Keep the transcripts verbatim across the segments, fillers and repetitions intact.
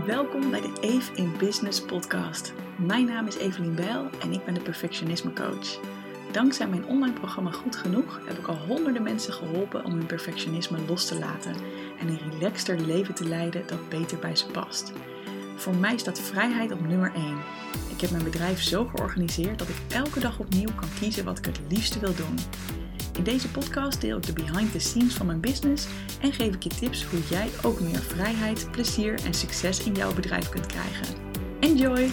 Welkom bij de Eve in Business podcast. Mijn naam is Evelien Bijl en ik ben de perfectionisme coach. Dankzij mijn online programma Goed Genoeg heb ik al honderden mensen geholpen om hun perfectionisme los te laten en een relaxter leven te leiden dat beter bij ze past. Voor mij staat vrijheid op nummer één. Ik heb mijn bedrijf zo georganiseerd dat ik elke dag opnieuw kan kiezen wat ik het liefste wil doen. In deze podcast deel ik de behind the scenes van mijn business en geef ik je tips hoe jij ook meer vrijheid, plezier en succes in jouw bedrijf kunt krijgen. Enjoy!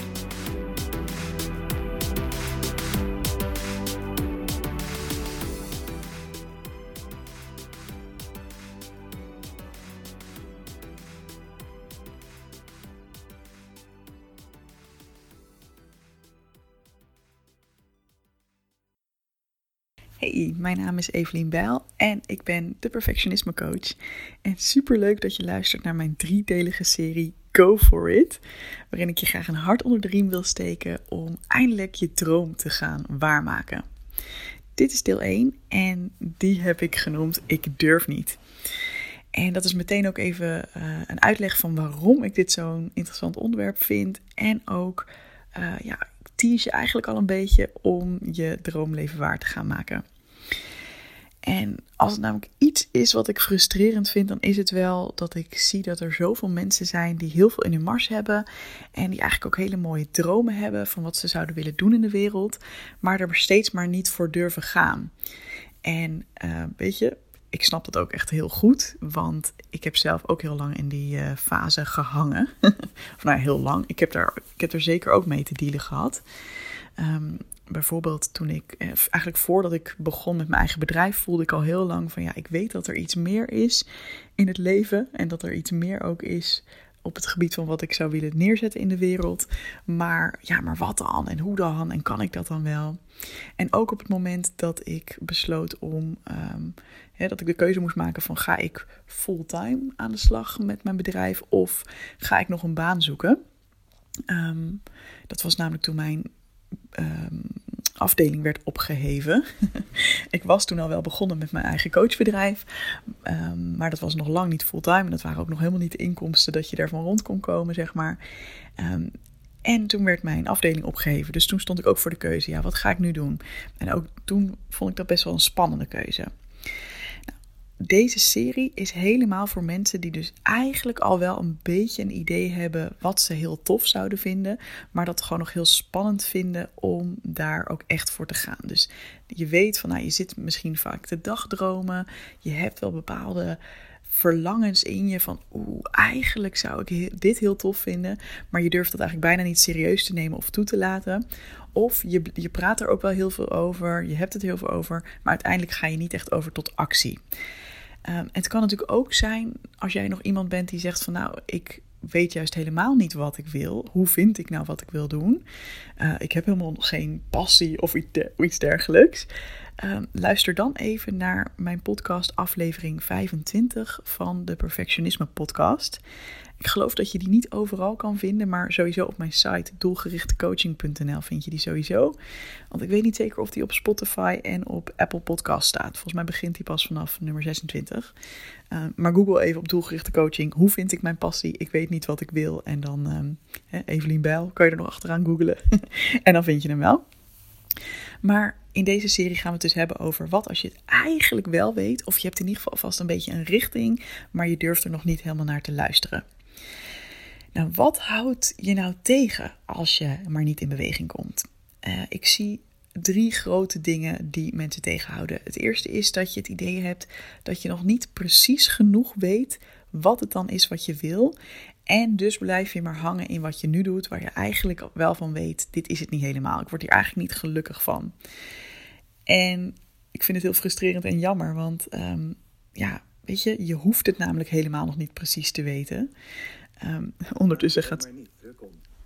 Hey, mijn naam is Evelien Bijl en ik ben de perfectionisme coach. En superleuk dat je luistert naar mijn driedelige serie Go For It, waarin ik je graag een hart onder de riem wil steken om eindelijk je droom te gaan waarmaken. Dit is deel één en die heb ik genoemd Ik Durf Niet. En dat is meteen ook even uh, een uitleg van waarom ik dit zo'n interessant onderwerp vind en ook uh, ja, tease je eigenlijk al een beetje om je droomleven waar te gaan maken. En als het namelijk iets is wat ik frustrerend vind, dan is het wel dat ik zie dat er zoveel mensen zijn die heel veel in hun mars hebben en die eigenlijk ook hele mooie dromen hebben van wat ze zouden willen doen in de wereld, maar er steeds maar niet voor durven gaan. En uh, weet je, ik snap dat ook echt heel goed, want ik heb zelf ook heel lang in die uh, fase gehangen. of nou, heel lang. Ik heb, daar, ik heb er zeker ook mee te dealen gehad. Um, bijvoorbeeld toen ik, eh, eigenlijk voordat ik begon met mijn eigen bedrijf, voelde ik al heel lang van ja, ik weet dat er iets meer is in het leven. En dat er iets meer ook is op het gebied van wat ik zou willen neerzetten in de wereld. Maar ja, maar wat dan? En hoe dan? En kan ik dat dan wel? En ook op het moment dat ik besloot om, um, hè, dat ik de keuze moest maken van ga ik fulltime aan de slag met mijn bedrijf of ga ik nog een baan zoeken? Um, dat was namelijk toen mijn um, afdeling werd opgeheven. Ik was toen al wel begonnen met mijn eigen coachbedrijf, um, maar dat was nog lang niet fulltime en dat waren ook nog helemaal niet de inkomsten dat je daarvan rond kon komen, zeg maar. Um, En toen werd mijn afdeling opgeheven. Dus toen stond ik ook voor de keuze. Ja, wat ga ik nu doen? En ook toen vond ik dat best wel een spannende keuze. Nou, deze serie is helemaal voor mensen die dus eigenlijk al wel een beetje een idee hebben wat ze heel tof zouden vinden. Maar dat gewoon nog heel spannend vinden om daar ook echt voor te gaan. Dus je weet van, nou, je zit misschien vaak te dagdromen. Je hebt wel bepaalde verlangens in je van oeh, eigenlijk zou ik dit heel tof vinden, maar je durft dat eigenlijk bijna niet serieus te nemen of toe te laten. Of je, je praat er ook wel heel veel over, je hebt het heel veel over, maar uiteindelijk ga je niet echt over tot actie. Um, het kan natuurlijk ook zijn als jij nog iemand bent die zegt van nou, ik weet juist helemaal niet wat ik wil. Hoe vind ik nou wat ik wil doen? Uh, ik heb helemaal geen passie of iets dergelijks. Uh, luister dan even naar mijn podcast aflevering vijfentwintig van de Perfectionisme podcast. Ik geloof dat je die niet overal kan vinden, maar sowieso op mijn site doelgerichtecoaching punt n l vind je die sowieso. Want ik weet niet zeker of die op Spotify en op Apple Podcast staat. Volgens mij begint die pas vanaf nummer zesentwintig. Uh, maar Google even op doelgerichte coaching. Hoe vind ik mijn passie? Ik weet niet wat ik wil. En dan um, Evelien Bijl, kan je er nog achteraan googlen. En dan vind je hem wel. Maar in deze serie gaan we het dus hebben over wat als je het eigenlijk wel weet. Of je hebt in ieder geval vast een beetje een richting, maar je durft er nog niet helemaal naar te luisteren. Nou, wat houdt je nou tegen als je maar niet in beweging komt? Uh, ik zie drie grote dingen die mensen tegenhouden. Het eerste is dat je het idee hebt dat je nog niet precies genoeg weet wat het dan is wat je wil. En dus blijf je maar hangen in wat je nu doet, waar je eigenlijk wel van weet, dit is het niet helemaal. Ik word hier eigenlijk niet gelukkig van. En ik vind het heel frustrerend en jammer, want um, ja, weet je, je hoeft het namelijk helemaal nog niet precies te weten. Um, ondertussen gaat... Maar niet druk om.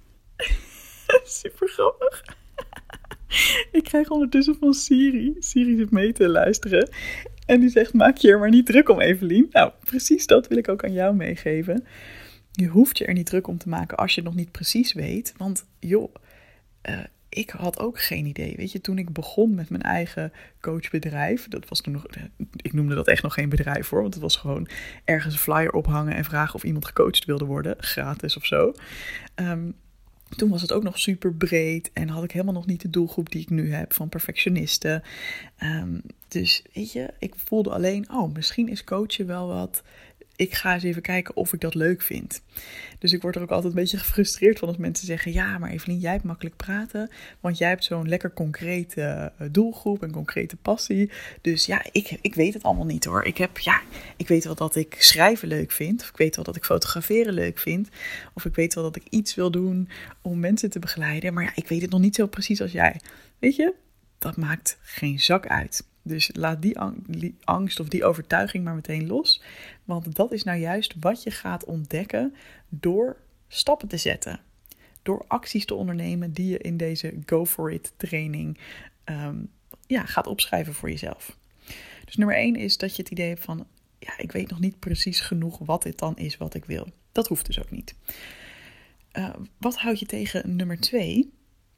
Super grappig. Ik krijg ondertussen van Siri. Siri zit mee te luisteren. En die zegt, maak je er maar niet druk om, Evelien. Nou, precies dat wil ik ook aan jou meegeven. Je hoeft je er niet druk om te maken als je het nog niet precies weet. Want joh, uh, ik had ook geen idee. Weet je, toen ik begon met mijn eigen coachbedrijf, dat was toen nog, ik noemde dat echt nog geen bedrijf hoor, want het was gewoon ergens een flyer ophangen en vragen of iemand gecoacht wilde worden, gratis of zo. Um, Toen was het ook nog super breed en had ik helemaal nog niet de doelgroep die ik nu heb van perfectionisten. Um, dus weet je, ik voelde alleen, oh, misschien is coachen wel wat. Ik ga eens even kijken of ik dat leuk vind. Dus ik word er ook altijd een beetje gefrustreerd van als mensen zeggen, ja, maar Evelien, jij hebt makkelijk praten, want jij hebt zo'n lekker concrete doelgroep en concrete passie. Dus ja, ik, ik weet het allemaal niet hoor. Ik heb, ja, ik weet wel dat ik schrijven leuk vind, of ik weet wel dat ik fotograferen leuk vind, of ik weet wel dat ik iets wil doen om mensen te begeleiden, maar ja, ik weet het nog niet zo precies als jij. Weet je, dat maakt geen zak uit. Dus laat die angst of die overtuiging maar meteen los. Want dat is nou juist wat je gaat ontdekken door stappen te zetten. Door acties te ondernemen die je in deze Go For It training um, ja, gaat opschrijven voor jezelf. Dus nummer één is dat je het idee hebt van, ja, ik weet nog niet precies genoeg wat dit dan is wat ik wil. Dat hoeft dus ook niet. Uh, wat houd je tegen nummer twee?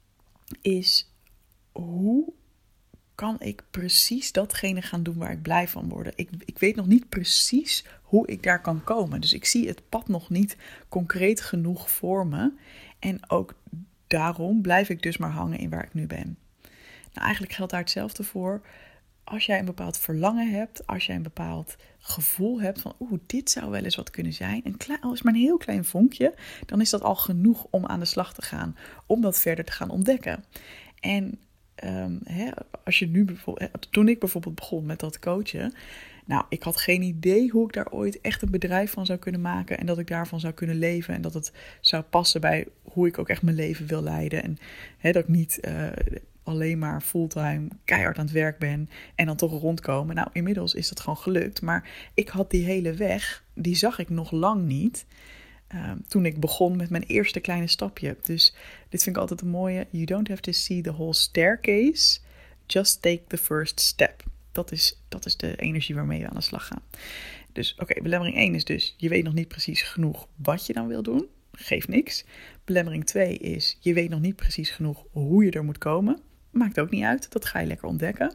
Is hoe kan ik precies datgene gaan doen waar ik blij van word. Ik, ik weet nog niet precies hoe ik daar kan komen. Dus ik zie het pad nog niet concreet genoeg voor me. En ook daarom blijf ik dus maar hangen in waar ik nu ben. Nou, eigenlijk geldt daar hetzelfde voor. Als jij een bepaald verlangen hebt, als jij een bepaald gevoel hebt van, oeh, dit zou wel eens wat kunnen zijn. Een klein, al is maar een heel klein vonkje, dan is dat al genoeg om aan de slag te gaan. Om dat verder te gaan ontdekken. En Um, hè, als je nu bijvoorbeeld, toen ik bijvoorbeeld begon met dat coachen, nou, ik had geen idee hoe ik daar ooit echt een bedrijf van zou kunnen maken en dat ik daarvan zou kunnen leven en dat het zou passen bij hoe ik ook echt mijn leven wil leiden en hè, dat ik niet uh, alleen maar fulltime keihard aan het werk ben en dan toch rondkomen. Nou, inmiddels is dat gewoon gelukt, maar ik had die hele weg, die zag ik nog lang niet. Uh, toen ik begon met mijn eerste kleine stapje. Dus dit vind ik altijd een mooie. You don't have to see the whole staircase. Just take the first step. Dat is, dat is de energie waarmee we aan de slag gaan. Dus oké, okay, belemmering één is dus, je weet nog niet precies genoeg wat je dan wil doen. Geeft niks. Belemmering twee is, je weet nog niet precies genoeg hoe je er moet komen. Maakt ook niet uit, dat ga je lekker ontdekken.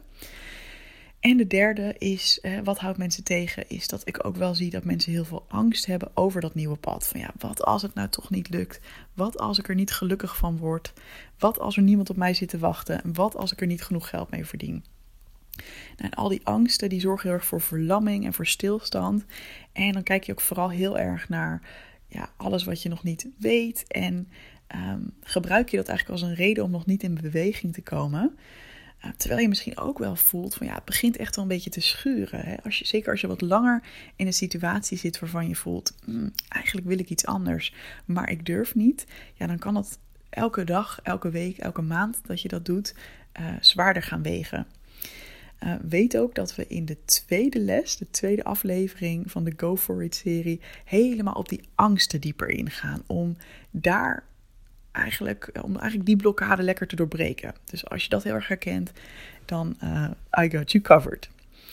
En de derde is, eh, wat houdt mensen tegen, is dat ik ook wel zie dat mensen heel veel angst hebben over dat nieuwe pad. Van ja, wat als het nou toch niet lukt? Wat als ik er niet gelukkig van word? Wat als er niemand op mij zit te wachten? En wat als ik er niet genoeg geld mee verdien? Nou, en al die angsten die zorgen heel erg voor verlamming en voor stilstand. En dan kijk je ook vooral heel erg naar ja, alles wat je nog niet weet. En um, gebruik je dat eigenlijk als een reden om nog niet in beweging te komen. Uh, terwijl je misschien ook wel voelt van ja, het begint echt wel een beetje te schuren. Hè? Als je, zeker als je wat langer in een situatie zit waarvan je voelt, mm, eigenlijk wil ik iets anders, maar ik durf niet. Ja, dan kan het elke dag, elke week, elke maand dat je dat doet, uh, zwaarder gaan wegen. Uh, weet ook dat we in de tweede les, de tweede aflevering van de Go For It serie, helemaal op die angsten dieper ingaan. Om daar eigenlijk, om eigenlijk die blokkade lekker te doorbreken. Dus als je dat heel erg herkent, dan uh, I got you covered.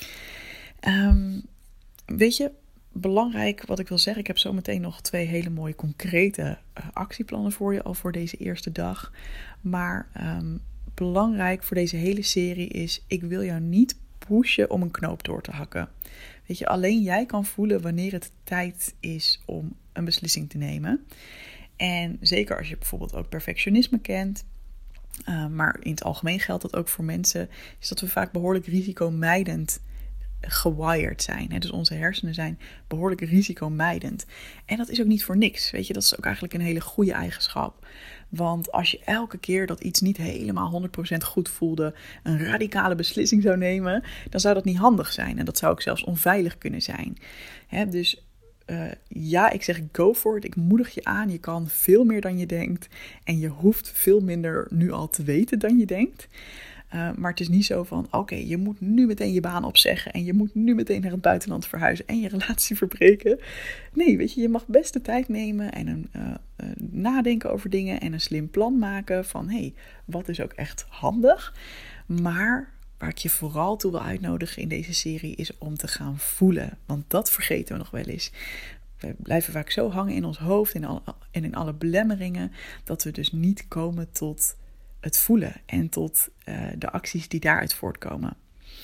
Um, weet je, belangrijk wat ik wil zeggen, ik heb zo meteen nog twee hele mooie concrete uh, actieplannen voor je al voor deze eerste dag. Maar um, belangrijk voor deze hele serie is, ik wil jou niet pushen om een knoop door te hakken. Weet je, alleen jij kan voelen wanneer het tijd is om een beslissing te nemen. En zeker als je bijvoorbeeld ook perfectionisme kent, uh, maar in het algemeen geldt dat ook voor mensen, is dat we vaak behoorlijk risicomijdend gewired zijn. Hè? Dus onze hersenen zijn behoorlijk risicomijdend. En dat is ook niet voor niks. Weet je, dat is ook eigenlijk een hele goede eigenschap. Want als je elke keer dat iets niet helemaal honderd procent goed voelde, een radicale beslissing zou nemen, dan zou dat niet handig zijn. En dat zou ook zelfs onveilig kunnen zijn. Hè? Dus Uh, ja, ik zeg go for it. Ik moedig je aan. Je kan veel meer dan je denkt. En je hoeft veel minder nu al te weten dan je denkt. Uh, maar het is niet zo van, oké, okay, je moet nu meteen je baan opzeggen. En je moet nu meteen naar het buitenland verhuizen. En je relatie verbreken. Nee, weet je, je mag best de tijd nemen. En een, uh, uh, nadenken over dingen. En een slim plan maken van, hé, hey, wat is ook echt handig. Maar waar ik je vooral toe wil uitnodigen in deze serie is om te gaan voelen. Want dat vergeten we nog wel eens. We blijven vaak zo hangen in ons hoofd en in alle, en in alle belemmeringen, dat we dus niet komen tot het voelen en tot uh, de acties die daaruit voortkomen.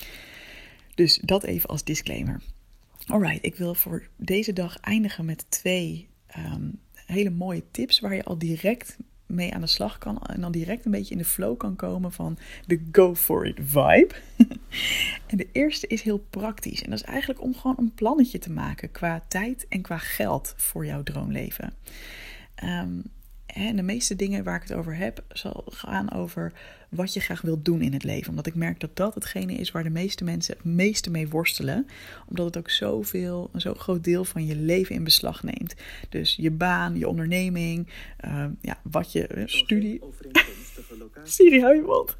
Dus dat even als disclaimer. Alright, ik wil voor deze dag eindigen met twee um, hele mooie tips waar je al direct mee aan de slag kan en dan direct een beetje in de flow kan komen van de go for it vibe. En de eerste is heel praktisch en dat is eigenlijk om gewoon een plannetje te maken qua tijd en qua geld voor jouw droomleven. Um, En de meeste dingen waar ik het over heb, zal gaan over wat je graag wilt doen in het leven. Omdat ik merk dat dat hetgene is waar de meeste mensen het meeste mee worstelen. Omdat het ook zoveel, een zo groot deel van je leven in beslag neemt. Dus je baan, je onderneming, uh, ja, wat je uh, studie... Siri, hou je mond.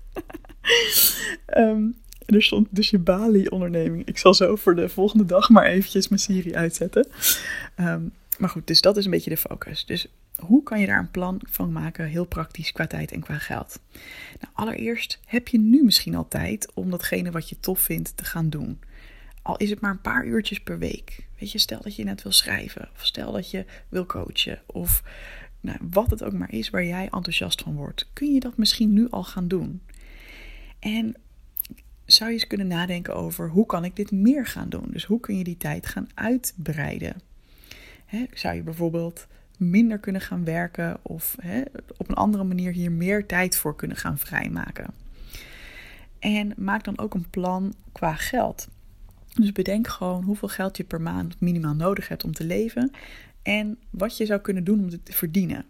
um, er stond dus je Bali-onderneming. Ik zal zo voor de volgende dag maar eventjes mijn Siri uitzetten. Um, maar goed, dus dat is een beetje de focus. Dus hoe kan je daar een plan van maken, heel praktisch qua tijd en qua geld? Nou, allereerst heb je nu misschien al tijd om datgene wat je tof vindt te gaan doen. Al is het maar een paar uurtjes per week. Weet je, stel dat je net wil schrijven, of stel dat je wil coachen, of nou, wat het ook maar is waar jij enthousiast van wordt. Kun je dat misschien nu al gaan doen? En zou je eens kunnen nadenken over hoe kan ik dit meer gaan doen? Dus hoe kun je die tijd gaan uitbreiden? Hè, zou je bijvoorbeeld minder kunnen gaan werken of hè, op een andere manier hier meer tijd voor kunnen gaan vrijmaken. En maak dan ook een plan qua geld. Dus bedenk gewoon hoeveel geld je per maand minimaal nodig hebt om te leven en wat je zou kunnen doen om het te verdienen.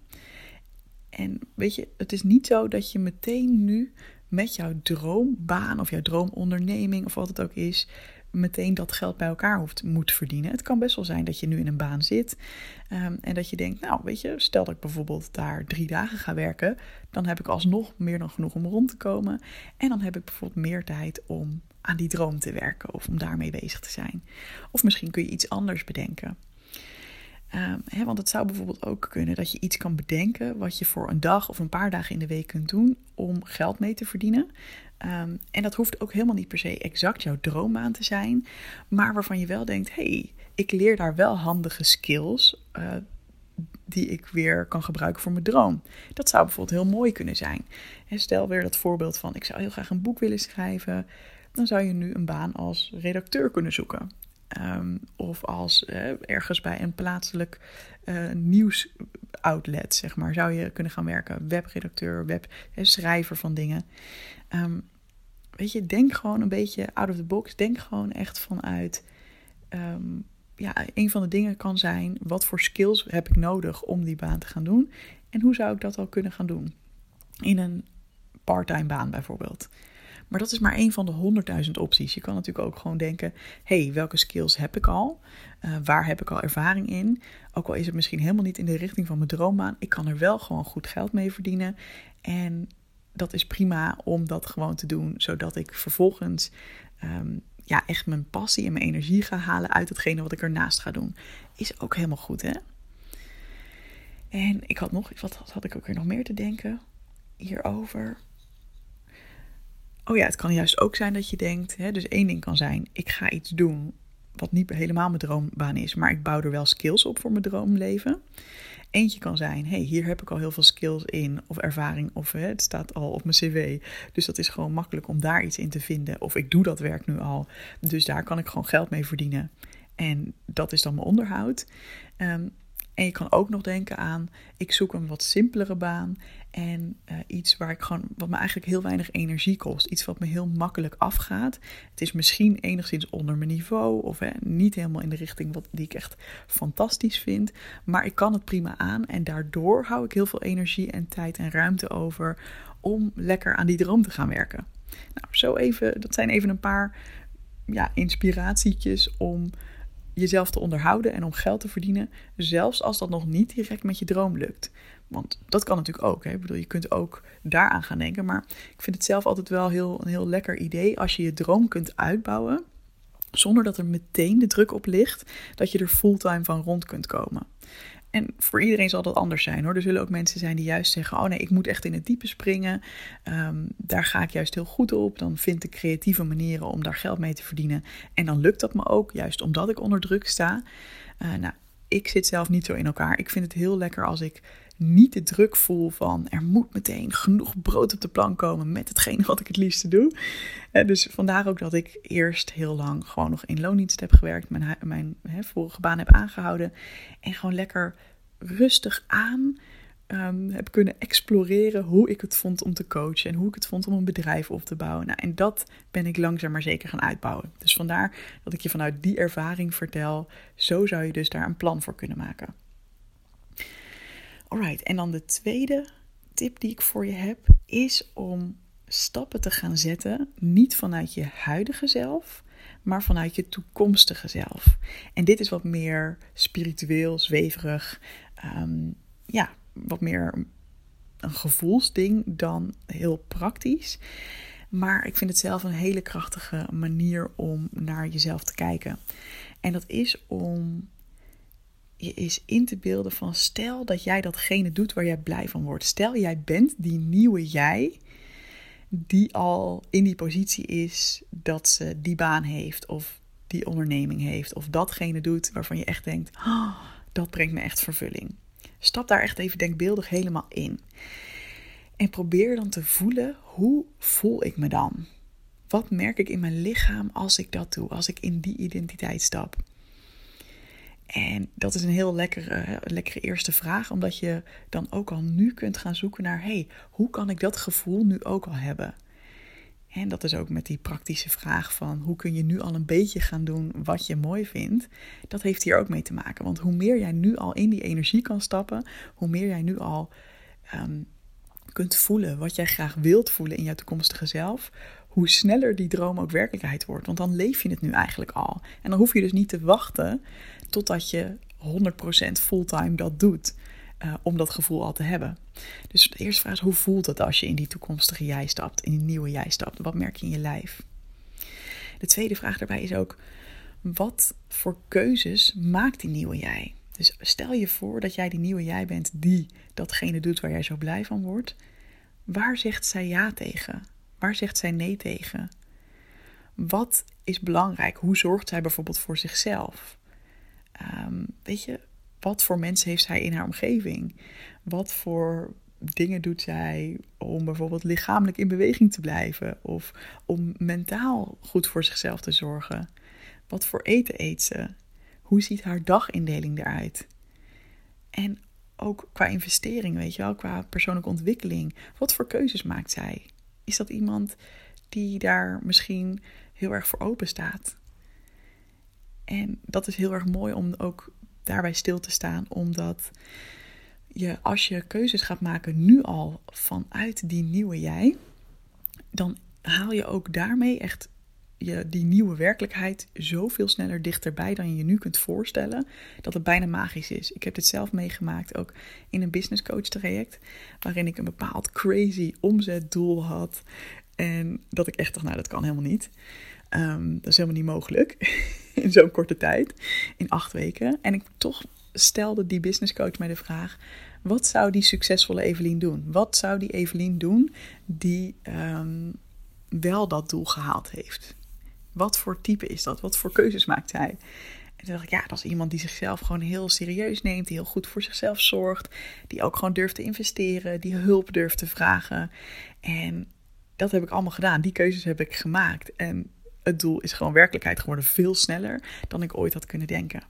En weet je, het is niet zo dat je meteen nu met jouw droombaan of jouw droomonderneming of wat het ook is, meteen dat geld bij elkaar hoeft moet verdienen. Het kan best wel zijn dat je nu in een baan zit um, en dat je denkt, nou weet je, stel dat ik bijvoorbeeld daar drie dagen ga werken, dan heb ik alsnog meer dan genoeg om rond te komen en dan heb ik bijvoorbeeld meer tijd om aan die droom te werken of om daarmee bezig te zijn. Of misschien kun je iets anders bedenken. Um, hè, want het zou bijvoorbeeld ook kunnen dat je iets kan bedenken wat je voor een dag of een paar dagen in de week kunt doen om geld mee te verdienen. Um, en dat hoeft ook helemaal niet per se exact jouw droombaan te zijn, maar waarvan je wel denkt, hey, ik leer daar wel handige skills uh, die ik weer kan gebruiken voor mijn droom. Dat zou bijvoorbeeld heel mooi kunnen zijn. En stel weer dat voorbeeld van, ik zou heel graag een boek willen schrijven, dan zou je nu een baan als redacteur kunnen zoeken. Um, of als uh, ergens bij een plaatselijk uh, nieuwsoutlet, zeg maar, zou je kunnen gaan werken. Webredacteur, web, uh, schrijver van dingen. Um, weet je, denk gewoon een beetje out of the box. Denk gewoon echt vanuit, um, ja, een van de dingen kan zijn, wat voor skills heb ik nodig om die baan te gaan doen? En hoe zou ik dat al kunnen gaan doen? In een parttime baan bijvoorbeeld. Maar dat is maar één van de honderdduizend opties. Je kan natuurlijk ook gewoon denken, hey, welke skills heb ik al? Uh, waar heb ik al ervaring in? Ook al is het misschien helemaal niet in de richting van mijn droombaan, ik kan er wel gewoon goed geld mee verdienen. En dat is prima om dat gewoon te doen, zodat ik vervolgens um, ja, echt mijn passie en mijn energie ga halen uit hetgene wat ik ernaast ga doen. Is ook helemaal goed, hè? En ik had nog, wat had ik ook weer nog meer te denken hierover? Oh ja, het kan juist ook zijn dat je denkt, hè, dus één ding kan zijn, ik ga iets doen wat niet helemaal mijn droombaan is, maar ik bouw er wel skills op voor mijn droomleven. Eentje kan zijn, hey, hier heb ik al heel veel skills in of ervaring of hè, het staat al op mijn cv. Dus dat is gewoon makkelijk om daar iets in te vinden. Of ik doe dat werk nu al, dus daar kan ik gewoon geld mee verdienen. En dat is dan mijn onderhoud. Um, En je kan ook nog denken aan, ik zoek een wat simpelere baan en uh, iets waar ik gewoon, wat me eigenlijk heel weinig energie kost. Iets wat me heel makkelijk afgaat. Het is misschien enigszins onder mijn niveau of hè, niet helemaal in de richting wat, die ik echt fantastisch vind. Maar ik kan het prima aan en daardoor hou ik heel veel energie en tijd en ruimte over om lekker aan die droom te gaan werken. Nou, zo even, dat zijn even een paar ja, inspiratietjes om jezelf te onderhouden en om geld te verdienen, zelfs als dat nog niet direct met je droom lukt. Want dat kan natuurlijk ook. Hè? Ik bedoel, je kunt ook daaraan gaan denken, maar ik vind het zelf altijd wel heel, een heel lekker idee als je je droom kunt uitbouwen, zonder dat er meteen de druk op ligt dat je er fulltime van rond kunt komen. En voor iedereen zal dat anders zijn, hoor. Er zullen ook mensen zijn die juist zeggen, oh nee, ik moet echt in het diepe springen. Um, daar ga ik juist heel goed op. Dan vind ik creatieve manieren om daar geld mee te verdienen. En dan lukt dat me ook, juist omdat ik onder druk sta. Uh, nou, ik zit zelf niet zo in elkaar. Ik vind het heel lekker als ik niet de druk voel van er moet meteen genoeg brood op de plank komen met hetgene wat ik het liefste doe. Uh, dus vandaar ook dat ik eerst heel lang gewoon nog in loondienst heb gewerkt. Mijn, mijn hè, vorige baan heb aangehouden. En gewoon lekker rustig aan um, heb kunnen exploreren hoe ik het vond om te coachen. En hoe ik het vond om een bedrijf op te bouwen. Nou, en dat ben ik langzaam maar zeker gaan uitbouwen. Dus vandaar dat ik je vanuit die ervaring vertel. Zo zou je dus daar een plan voor kunnen maken. Alright, en dan de tweede tip die ik voor je heb, is om stappen te gaan zetten, niet vanuit je huidige zelf, maar vanuit je toekomstige zelf. En dit is wat meer spiritueel, zweverig, um, ja, wat meer een gevoelsding dan heel praktisch. Maar ik vind het zelf een hele krachtige manier om naar jezelf te kijken. En dat is om je is in te beelden van stel dat jij datgene doet waar jij blij van wordt. Stel jij bent die nieuwe jij die al in die positie is dat ze die baan heeft of die onderneming heeft. Of datgene doet waarvan je echt denkt, oh, dat brengt me echt vervulling. Stap daar echt even denkbeeldig helemaal in. En probeer dan te voelen, hoe voel ik me dan? Wat merk ik in mijn lichaam als ik dat doe, als ik in die identiteit stap? En dat is een heel lekkere, lekkere eerste vraag, omdat je dan ook al nu kunt gaan zoeken naar, hey, hoe kan ik dat gevoel nu ook al hebben? En dat is ook met die praktische vraag van, hoe kun je nu al een beetje gaan doen wat je mooi vindt? Dat heeft hier ook mee te maken, want hoe meer jij nu al in die energie kan stappen, hoe meer jij nu al um, kunt voelen wat jij graag wilt voelen in jouw toekomstige zelf, hoe sneller die droom ook werkelijkheid wordt. Want dan leef je het nu eigenlijk al. En dan hoef je dus niet te wachten totdat je honderd procent fulltime dat doet. Uh, om dat gevoel al te hebben. Dus de eerste vraag is, hoe voelt het als je in die toekomstige jij stapt? In die nieuwe jij stapt? Wat merk je in je lijf? De tweede vraag daarbij is ook, wat voor keuzes maakt die nieuwe jij? Dus stel je voor dat jij die nieuwe jij bent die datgene doet waar jij zo blij van wordt. Waar zegt zij ja tegen? Waar zegt zij nee tegen? Wat is belangrijk? Hoe zorgt zij bijvoorbeeld voor zichzelf? Um, weet je, wat voor mensen heeft zij in haar omgeving? Wat voor dingen doet zij om bijvoorbeeld lichamelijk in beweging te blijven? Of om mentaal goed voor zichzelf te zorgen? Wat voor eten eet ze? Hoe ziet haar dagindeling eruit? En ook qua investering, weet je wel, qua persoonlijke ontwikkeling. Wat voor keuzes maakt zij? Is dat iemand die daar misschien heel erg voor open staat? En dat is heel erg mooi om ook daarbij stil te staan, omdat je, als je keuzes gaat maken nu al vanuit die nieuwe jij, dan haal je ook daarmee echt je, die nieuwe werkelijkheid zoveel sneller dichterbij dan je je nu kunt voorstellen, dat het bijna magisch is. Ik heb dit zelf meegemaakt, ook in een business coach traject, waarin ik een bepaald crazy omzetdoel had. En dat ik echt dacht, nou dat kan helemaal niet. Um, dat is helemaal niet mogelijk in zo'n korte tijd, in acht weken. En ik toch stelde die business coach mij de vraag, wat zou die succesvolle Evelien doen? Wat zou die Evelien doen die um, wel dat doel gehaald heeft? Wat voor type is dat? Wat voor keuzes maakt zij? En toen dacht ik, ja, dat is iemand die zichzelf gewoon heel serieus neemt, die heel goed voor zichzelf zorgt, die ook gewoon durft te investeren, die hulp durft te vragen. En dat heb ik allemaal gedaan. Die keuzes heb ik gemaakt. En het doel is gewoon werkelijkheid geworden, veel sneller dan ik ooit had kunnen denken.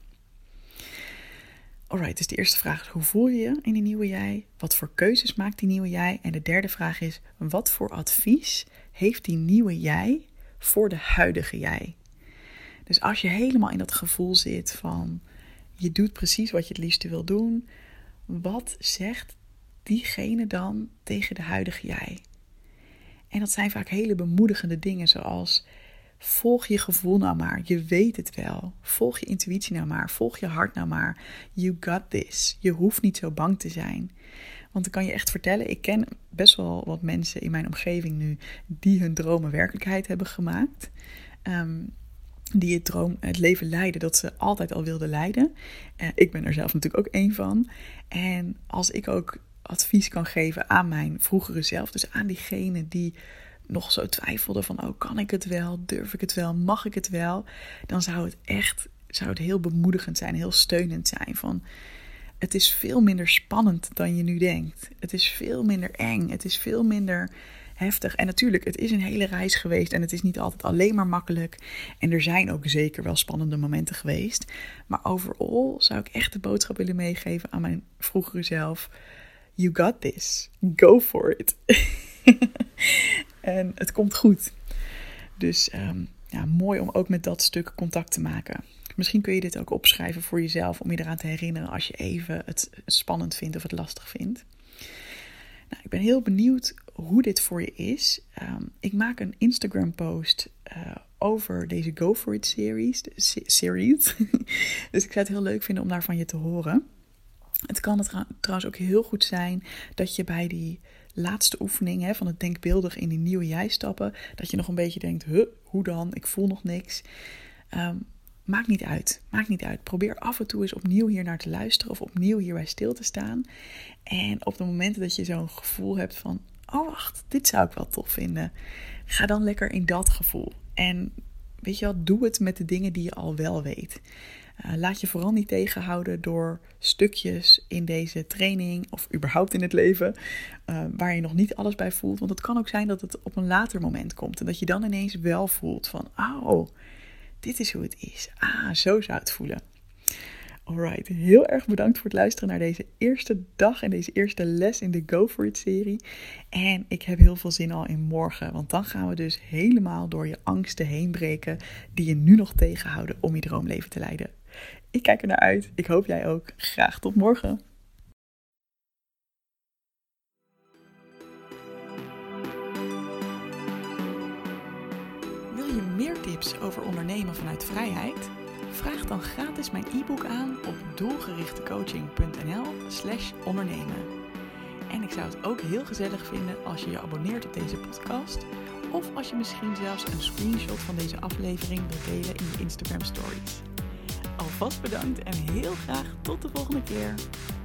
Alright, dus de eerste vraag is, hoe voel je je in die nieuwe jij? Wat voor keuzes maakt die nieuwe jij? En de derde vraag is, wat voor advies heeft die nieuwe jij voor de huidige jij? Dus als je helemaal in dat gevoel zit van, je doet precies wat je het liefste wil doen, wat zegt diegene dan tegen de huidige jij? En dat zijn vaak hele bemoedigende dingen, zoals, volg je gevoel nou maar, je weet het wel. Volg je intuïtie nou maar, volg je hart nou maar. You got this. Je hoeft niet zo bang te zijn. Want ik kan je echt vertellen, ik ken best wel wat mensen in mijn omgeving nu die hun dromen werkelijkheid hebben gemaakt. Um, die het, droom, het leven leiden dat ze altijd al wilden leiden. Uh, ik ben er zelf natuurlijk ook één van. En als ik ook advies kan geven aan mijn vroegere zelf, dus aan diegene die nog zo twijfelde van, oh, kan ik het wel? Durf ik het wel? Mag ik het wel? Dan zou het echt zou het heel bemoedigend zijn, heel steunend zijn. Van, het is veel minder spannend dan je nu denkt. Het is veel minder eng. Het is veel minder heftig. En natuurlijk, het is een hele reis geweest en het is niet altijd alleen maar makkelijk. En er zijn ook zeker wel spannende momenten geweest. Maar overal zou ik echt de boodschap willen meegeven aan mijn vroegere zelf. You got this. Go for it. En het komt goed. Dus um, ja, mooi om ook met dat stuk contact te maken. Misschien kun je dit ook opschrijven voor jezelf om je eraan te herinneren als je even het spannend vindt of het lastig vindt. Nou, ik ben heel benieuwd hoe dit voor je is. Um, ik maak een Instagram post uh, over deze Go For It series. series. Dus ik zou het heel leuk vinden om daar van je te horen. Het kan het trouwens ook heel goed zijn dat je bij die laatste oefening hè, van het denkbeeldig in die nieuwe jij stappen, dat je nog een beetje denkt, huh, hoe dan? Ik voel nog niks. Um, maakt niet uit. Maakt niet uit. Probeer af en toe eens opnieuw hier naar te luisteren of opnieuw hierbij stil te staan. En op de momenten dat je zo'n gevoel hebt van, oh wacht, dit zou ik wel tof vinden. Ga dan lekker in dat gevoel. En weet je wel, doe het met de dingen die je al wel weet. Uh, laat je vooral niet tegenhouden door stukjes in deze training of überhaupt in het leven uh, waar je nog niet alles bij voelt. Want het kan ook zijn dat het op een later moment komt en dat je dan ineens wel voelt van, oh, dit is hoe het is. Ah, zo zou het voelen. Alright, heel erg bedankt voor het luisteren naar deze eerste dag en deze eerste les in de Go For It serie. En ik heb heel veel zin al in morgen, want dan gaan we dus helemaal door je angsten heen breken die je nu nog tegenhouden om je droomleven te leiden. Ik kijk er naar uit. Ik hoop jij ook. Graag tot morgen. Wil je meer tips over ondernemen vanuit vrijheid? Vraag dan gratis mijn e-book aan op doelgerichtecoaching.nl slash ondernemen. En ik zou het ook heel gezellig vinden als je je abonneert op deze podcast. Of als je misschien zelfs een screenshot van deze aflevering wilt delen in je Instagram stories. Alvast bedankt en heel graag tot de volgende keer.